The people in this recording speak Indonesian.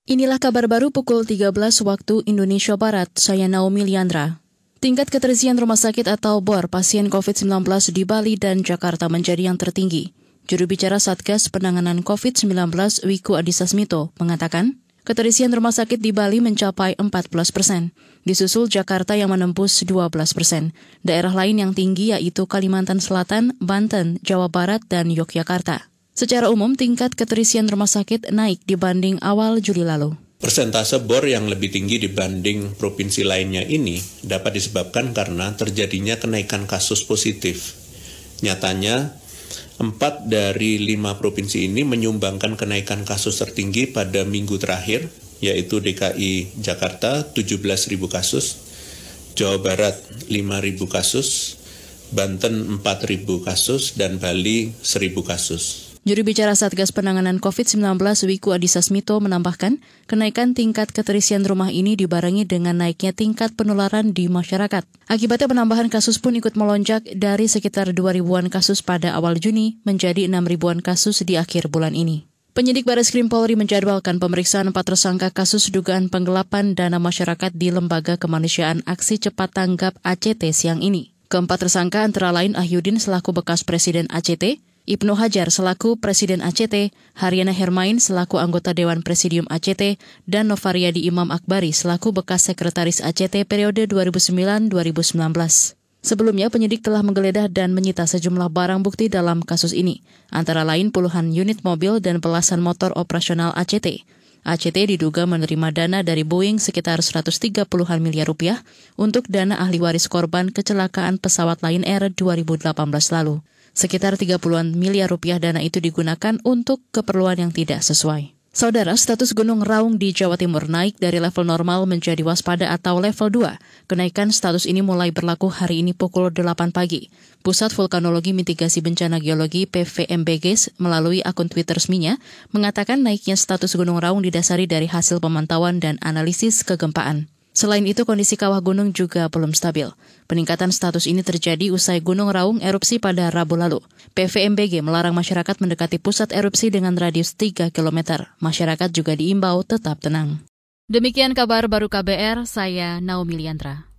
Inilah kabar baru pukul 13 waktu Indonesia Barat, saya Naomi Liandra. Tingkat keterisian rumah sakit atau BOR pasien COVID-19 di Bali dan Jakarta menjadi yang tertinggi. Juru bicara Satgas Penanganan COVID-19 Wiku Adhisa Smito mengatakan, keterisian rumah sakit di Bali mencapai 14%, disusul Jakarta yang menembus 12%. Daerah lain yang tinggi yaitu Kalimantan Selatan, Banten, Jawa Barat, dan Yogyakarta. Secara umum, tingkat keterisian rumah sakit naik dibanding awal Juli lalu. Persentase BOR yang lebih tinggi dibanding provinsi lainnya ini dapat disebabkan karena terjadinya kenaikan kasus positif. Nyatanya, 4 dari 5 provinsi ini menyumbangkan kenaikan kasus tertinggi pada minggu terakhir, yaitu DKI Jakarta 17.000 kasus, Jawa Barat 5.000 kasus, Banten 4.000 kasus, dan Bali 1.000 kasus. Juru bicara Satgas Penanganan COVID-19 Wiku Adhisa Smito menambahkan, kenaikan tingkat keterisian rumah ini dibarengi dengan naiknya tingkat penularan di masyarakat. Akibatnya penambahan kasus pun ikut melonjak dari sekitar 2.000-an kasus pada awal Juni menjadi 6.000-an kasus di akhir bulan ini. Penyidik Bareskrim Polri menjadwalkan pemeriksaan 4 tersangka kasus dugaan penggelapan dana masyarakat di Lembaga Kemanusiaan Aksi Cepat Tanggap ACT siang ini. Keempat tersangka antara lain Ahyudin selaku bekas Presiden ACT, Ibnu Hajar selaku Presiden ACT, Haryana Hermain selaku anggota Dewan Presidium ACT, dan Novaryadi Imam Akbari selaku bekas Sekretaris ACT periode 2009-2019. Sebelumnya, penyidik telah menggeledah dan menyita sejumlah barang bukti dalam kasus ini, antara lain puluhan unit mobil dan belasan motor operasional ACT. ACT diduga menerima dana dari Boeing sekitar 130-an miliar rupiah untuk dana ahli waris korban kecelakaan pesawat Lion Air 2018 lalu. Sekitar 30-an miliar rupiah dana itu digunakan untuk keperluan yang tidak sesuai. Saudara, status Gunung Raung di Jawa Timur naik dari level normal menjadi waspada atau level 2. Kenaikan status ini mulai berlaku hari ini pukul 8 pagi. Pusat Vulkanologi Mitigasi Bencana Geologi PVMBG melalui akun Twitter resminya mengatakan naiknya status Gunung Raung didasari dari hasil pemantauan dan analisis kegempaan. Selain itu, kondisi kawah gunung juga belum stabil. Peningkatan status ini terjadi usai Gunung Raung erupsi pada Rabu lalu. PVMBG melarang masyarakat mendekati pusat erupsi dengan radius 3 km. Masyarakat juga diimbau tetap tenang. Demikian kabar baru KBR, saya Naomi Liandra.